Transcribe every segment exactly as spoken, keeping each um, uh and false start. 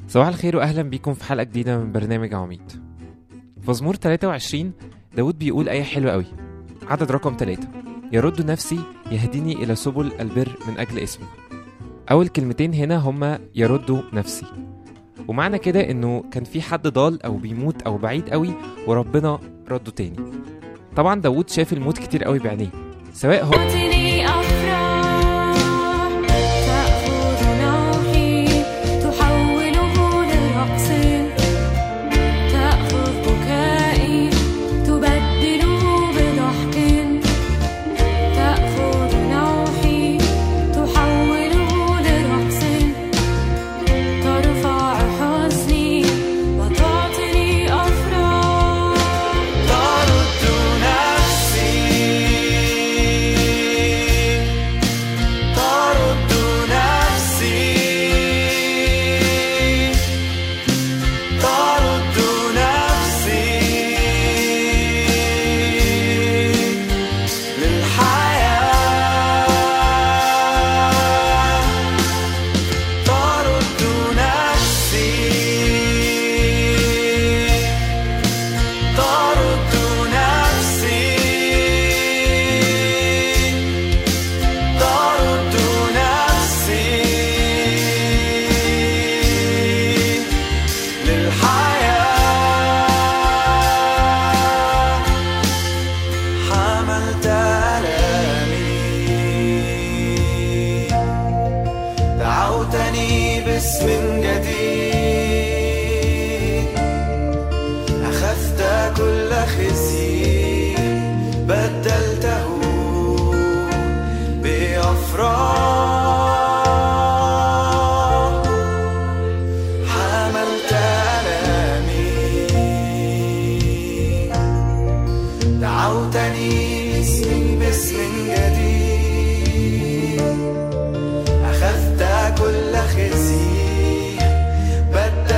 صباح الخير وأهلا بيكم في حلقة جديدة من برنامج عميد. في مزمور ثلاثة وعشرين داود بيقول آية حلوة قوي، عدد رقم ثلاثة: يرد نفسي يهديني إلى سبل البر من أجل اسمه. أول كلمتين هنا هما يرد نفسي، ومعنى كده إنه كان في حد ضال أو بيموت أو بعيد قوي وربنا رده تاني. طبعا داود شاف الموت كتير قوي بعينيه، سواء هو أخذت كل خزي بدلته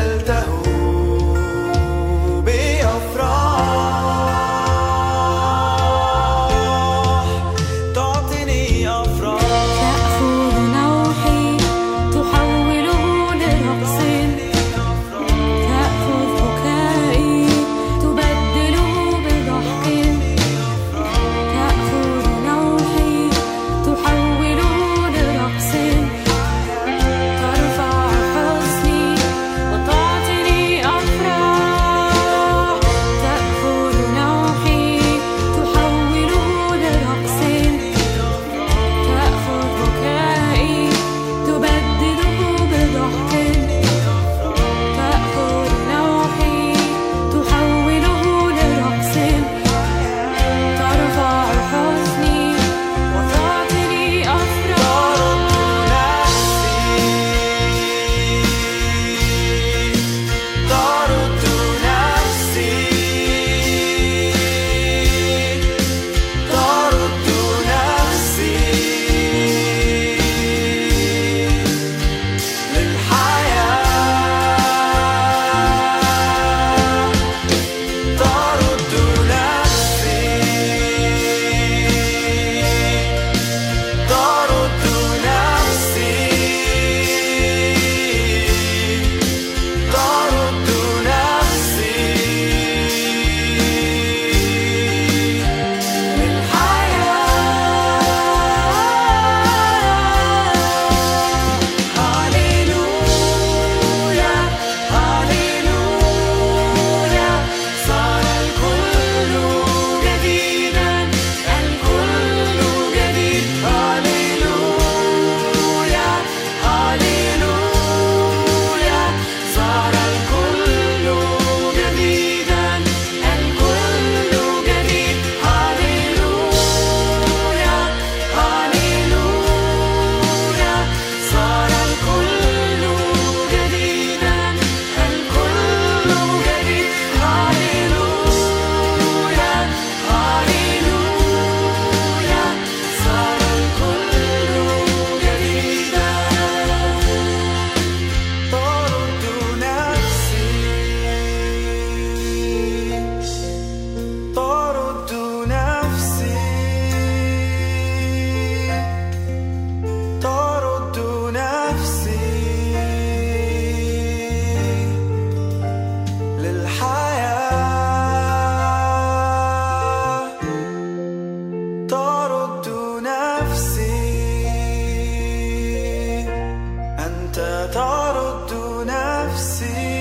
ترد نفسي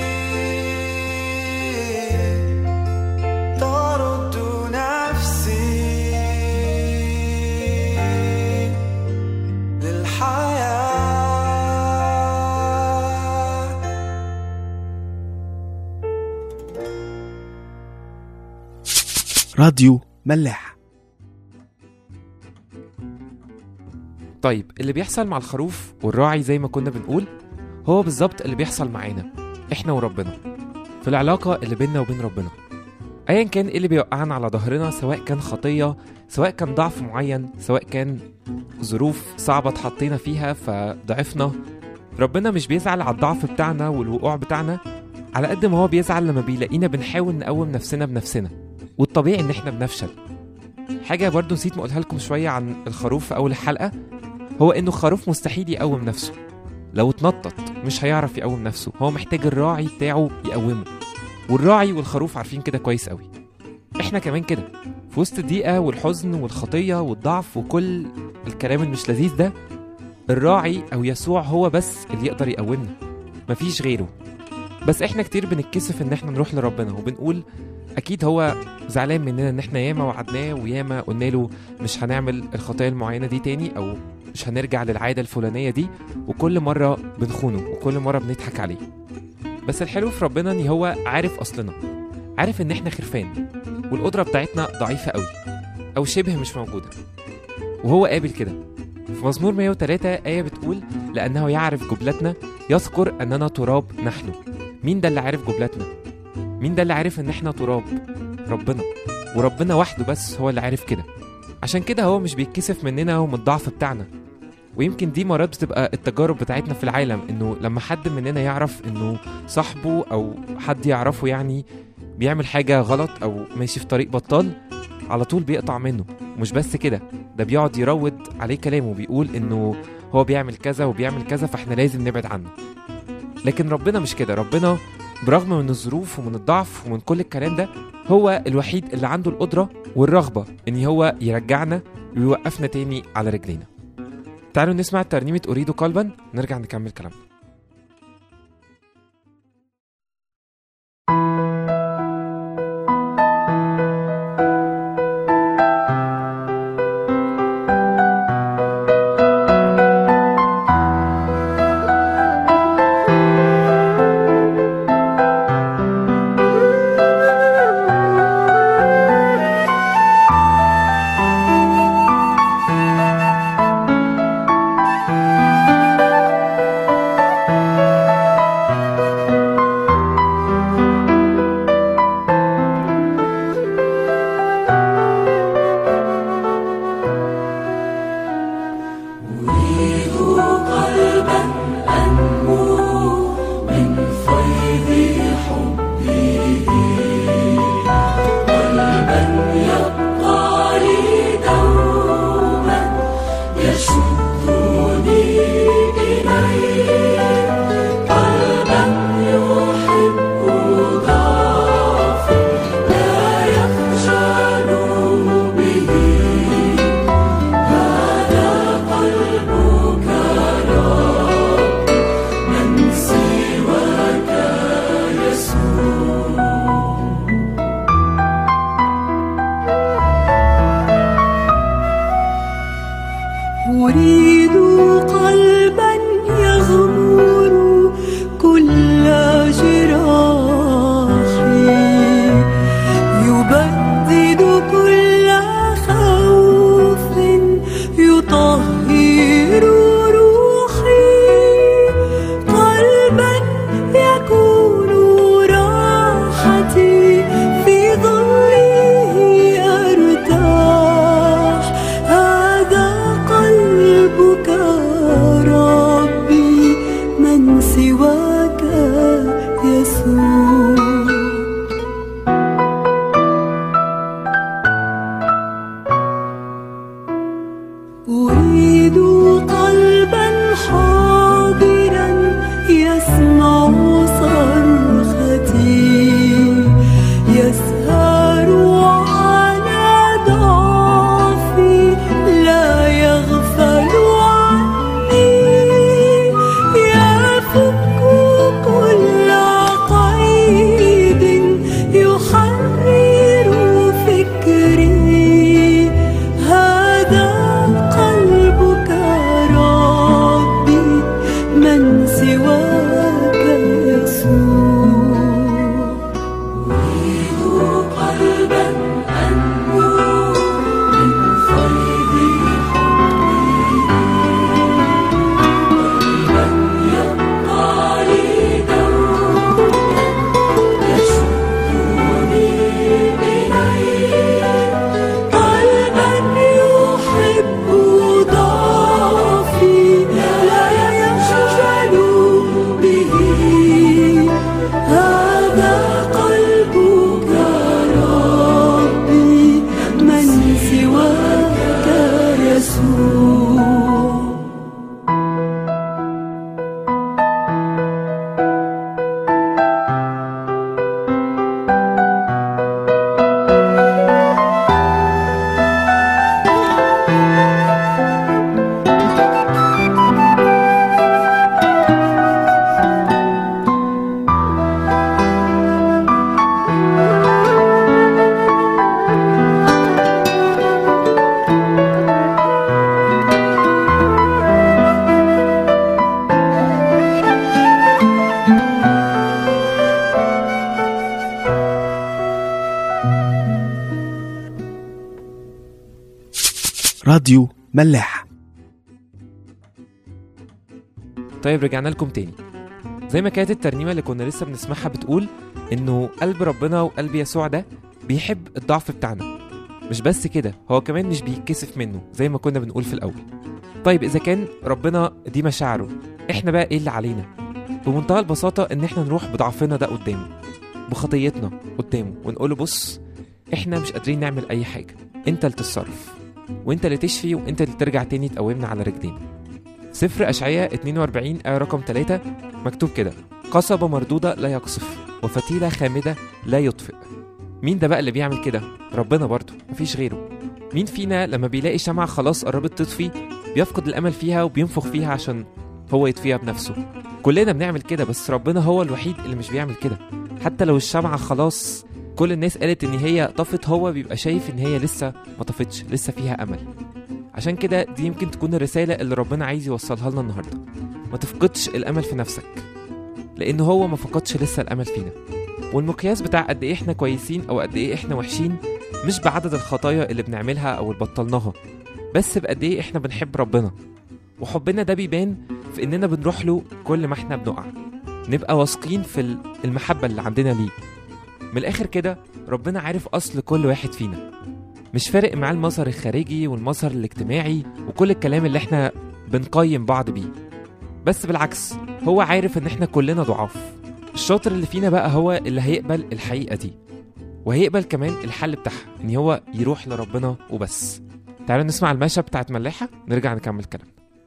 ترد نفسي للحياة. راديو ملاح. طيب اللي بيحصل مع الخروف والراعي زي ما كنا بنقول هو بالظبط اللي بيحصل معانا احنا وربنا في العلاقة اللي بيننا وبين ربنا. ايا كان ايه اللي بيوقعنا على ظهرنا، سواء كان خطية، سواء كان ضعف معين، سواء كان ظروف صعبة اتحطينا فيها فضعفنا، ربنا مش بيزعل على الضعف بتاعنا والوقوع بتاعنا على قد ما هو بيزعل لما بيلاقينا بنحاول نقوم نفسنا بنفسنا، والطبيعي ان احنا بنفشل. حاجة برضو نسيت مقولها لكم شوية عن الخروف في اول الحلقة، هو انه الخروف مستحيل يقوم نفسه، لو اتنطط مش هيعرف يقوم نفسه، هو محتاج الراعي بتاعه يقومه، والراعي والخروف عارفين كده كويس قوي. احنا كمان كده في وسط الضيقة والحزن والخطية والضعف وكل الكلام المش لذيذ ده، الراعي او يسوع هو بس اللي يقدر يقومنا، مفيش غيره. بس احنا كتير بنتكسف ان احنا نروح لربنا وبنقول اكيد هو زعلان مننا ان احنا ياما وعدناه وياما قلنا له مش هنعمل الخطايا المعينة دي تاني او مش هنرجع للعادة الفلانية دي، وكل مرة بنخونه وكل مرة بنضحك عليه. بس الحلو في ربنا ان هو عارف اصلنا، عارف ان احنا خرفان والقدرة بتاعتنا ضعيفة قوي او شبه مش موجودة، وهو قابل كده. في مزمور مية وتلاتة آية بتقول لأنه يعرف جبلتنا يذكر أننا تراب نحن. مين ده اللي عارف جبلتنا؟ مين ده اللي عارف ان احنا تراب؟ ربنا، وربنا وحده بس هو اللي عارف كده. عشان كده هو مش بيتكسف مننا ومن الضعف بتاعنا. ويمكن دي مرات بتبقى التجارب بتاعتنا في العالم، انه لما حد مننا يعرف انه صاحبه او حد يعرفه يعني بيعمل حاجة غلط او ماشي في طريق بطال، على طول بيقطع منه. مش بس كده، ده بيقعد يروض عليه كلامه وبيقول انه هو بيعمل كذا وبيعمل كذا فاحنا لازم نبعد عنه. لكن ربنا مش كده، ربنا برغم من الظروف ومن الضعف ومن كل الكلام ده هو الوحيد اللي عنده القدرة والرغبة ان هو يرجعنا ويوقفنا تاني على رجلينا. تعالوا نسمع ترنيمة أريد قلبا ونرجع نكمل كلامنا. راديو ملاح. طيب رجعنا لكم تاني. زي ما كانت الترنيمة اللي كنا لسه بنسمعها بتقول إنه قلب ربنا وقلب يسوع ده بيحب الضعف بتاعنا. مش بس كده، هو كمان مش بيتكسف منه زي ما كنا بنقول في الأول. طيب إذا كان ربنا دي مشاعره، إحنا بقى إيه اللي علينا؟ بمنتهى البساطة إن إحنا نروح بضعفنا ده قدامه، بخطيتنا قدامه، ونقوله بص إحنا مش قادرين نعمل أي حاجة، أنت اللي تتصرف وأنت اللي تشفي وأنت اللي ترجع تاني تقومنا على رجلين. سفر أشعياء اتنين وأربعين آية رقم ثلاثة مكتوب كده: قصبة مردودة لا يقصف، وفتيلة خامدة لا يطفئ. مين ده بقى اللي بيعمل كده؟ ربنا برضو، مفيش غيره. مين فينا لما بيلاقي شمعة خلاص قربت تطفي بيفقد الأمل فيها وبينفخ فيها عشان هو يطفيها بنفسه؟ كلنا بنعمل كده، بس ربنا هو الوحيد اللي مش بيعمل كده. حتى لو الشمعة خلاص كل الناس قالت إن هي طفت، هو بيبقى شايف إن هي لسه ما طفتش، لسه فيها أمل. عشان كده دي يمكن تكون الرسالة اللي ربنا عايز يوصلها لنا النهاردة. ما تفقدش الأمل في نفسك، لأنه هو ما فقدش لسه الأمل فينا. والمقياس بتاع قد إيه إحنا كويسين أو قد إيه إحنا وحشين مش بعدد الخطايا اللي بنعملها أو اللي بطلناها، بس بقد إيه إحنا بنحب ربنا. وحبنا ده بيبان في إننا بنروح له كل ما إحنا بنقع، نبقى واثقين في المحبة اللي عندنا ليه. من الآخر كده ربنا عارف أصل كل واحد فينا، مش فارق معاه المظهر الخارجي والمظهر الاجتماعي وكل الكلام اللي احنا بنقيم بعض بيه. بس بالعكس هو عارف ان احنا كلنا ضعاف. الشاطر اللي فينا بقى هو اللي هيقبل الحقيقة دي، وهيقبل كمان الحل بتاعها، ان هو يروح لربنا وبس. تعالوا نسمع المشهد بتاعت ملاحة، نرجع نكمل كلام.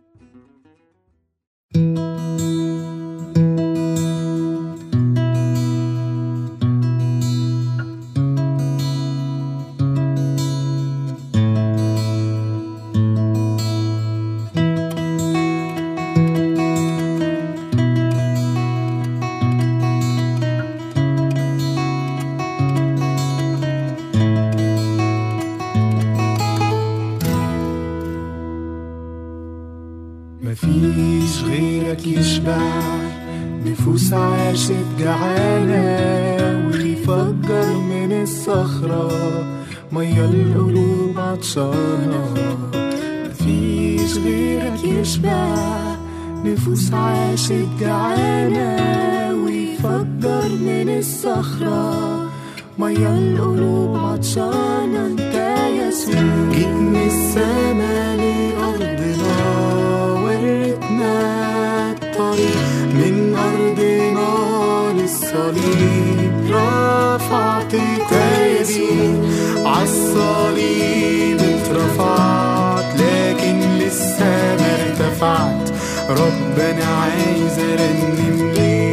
مفيش غيرك يشبع نفوس عاشت جعانة، ويفجر من الصخرة مية القلوب عطشانة. مفيش غيرك يشبع نفوس عاشت جعانة، ويفجر من الصخرة مية القلوب عطشانة. انت يسوع جيت من السما لأرضنا، من أرضنا للصليب، رفعت تاجي عالصليب اترفعت، لكن لسه ما ارتفعت. ربنا عايز ارنم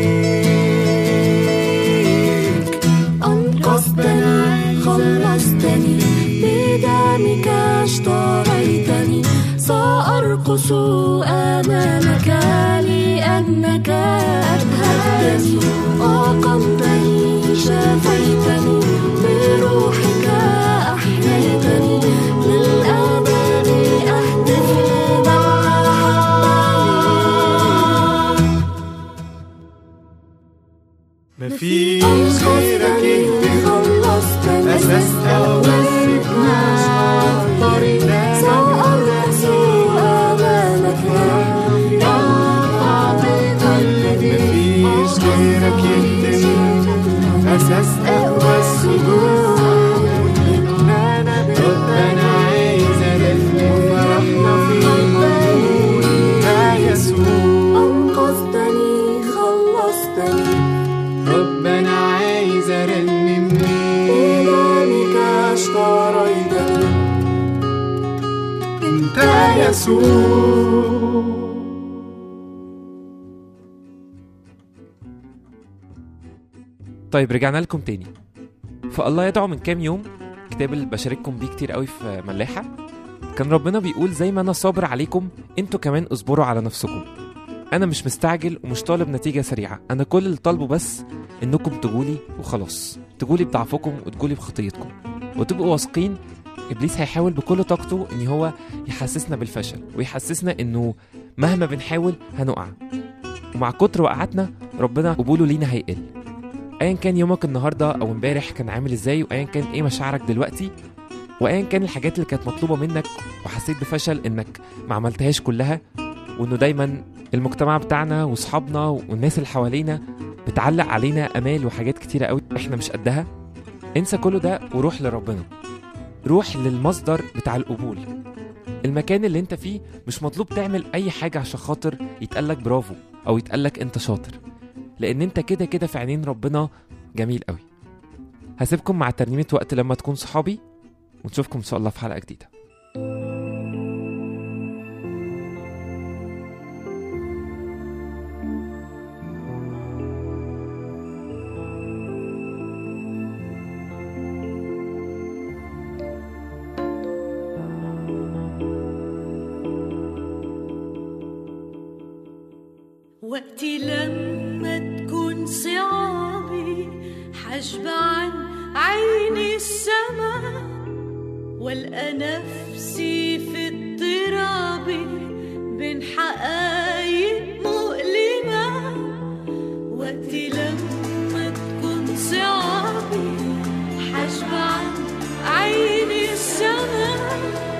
ليك. أنقذتني خلصتني بدمك اشتريتني، سأرقص أمامك لأنك أبهجتني، أقمتني شفيتني بروحك أحييتني، للأبد أهتف لمن أحبني. مفيش غيرك خلصتني، أساس أول طريق سأرقص أمامك، مفيش غيرك يهتم أساس أقوى السجود. ربنا عايز أرنم فرحنا فيك يا يسوع. أنقذتني خلصتني، ربنا عايز أرنم ليك. بدمك اشتريتني، انت يسوع. طيب رجعنا لكم تاني. فالله يدعو من كام يوم، كتاب اللي بشارككم بيه كتير قوي في ملاحة، كان ربنا بيقول زي ما انا صابر عليكم انتوا كمان اصبروا على نفسكم. انا مش مستعجل ومش طالب نتيجة سريعة، انا كل اللي طالبه بس انكم تقولي وخلاص، تقولي بضعفكم وتقولي بخطيتكم، وتبقوا واثقين ابليس هيحاول بكل طاقته ان هو يحسسنا بالفشل، ويحسسنا انه مهما بنحاول هنقع، ومع كتر وقعتنا ربنا قبوله لينا هيقل. ايا كان يومك النهارده او امبارح كان عامل ازاي، وايا كان ايه مشاعرك دلوقتي، وايا كان الحاجات اللي كانت مطلوبة منك وحسيت بفشل انك ما عملتهاش كلها، وانه دايما المجتمع بتاعنا واصحابنا والناس اللي حوالينا بتعلق علينا امال وحاجات كتيرة قوي احنا مش قدها، انسى كله ده وروح لربنا. روح للمصدر بتاع القبول. المكان اللي انت فيه مش مطلوب تعمل اي حاجة عشان خاطر يتقالك برافو او يتقالك انت شاطر، لان انت كده كده في عينين ربنا جميل قوي. هسيبكم مع ترنيمة وقت لما تكون صحابي، ونشوفكم ان شاء الله في حلقة جديدة. وقتي لما تكون صعابي حجب عن عيني السما، والقى نفسي في اضطراب بين حقايق مؤلمة. وقتي لما تكون صعابي حجب عن عيني السما،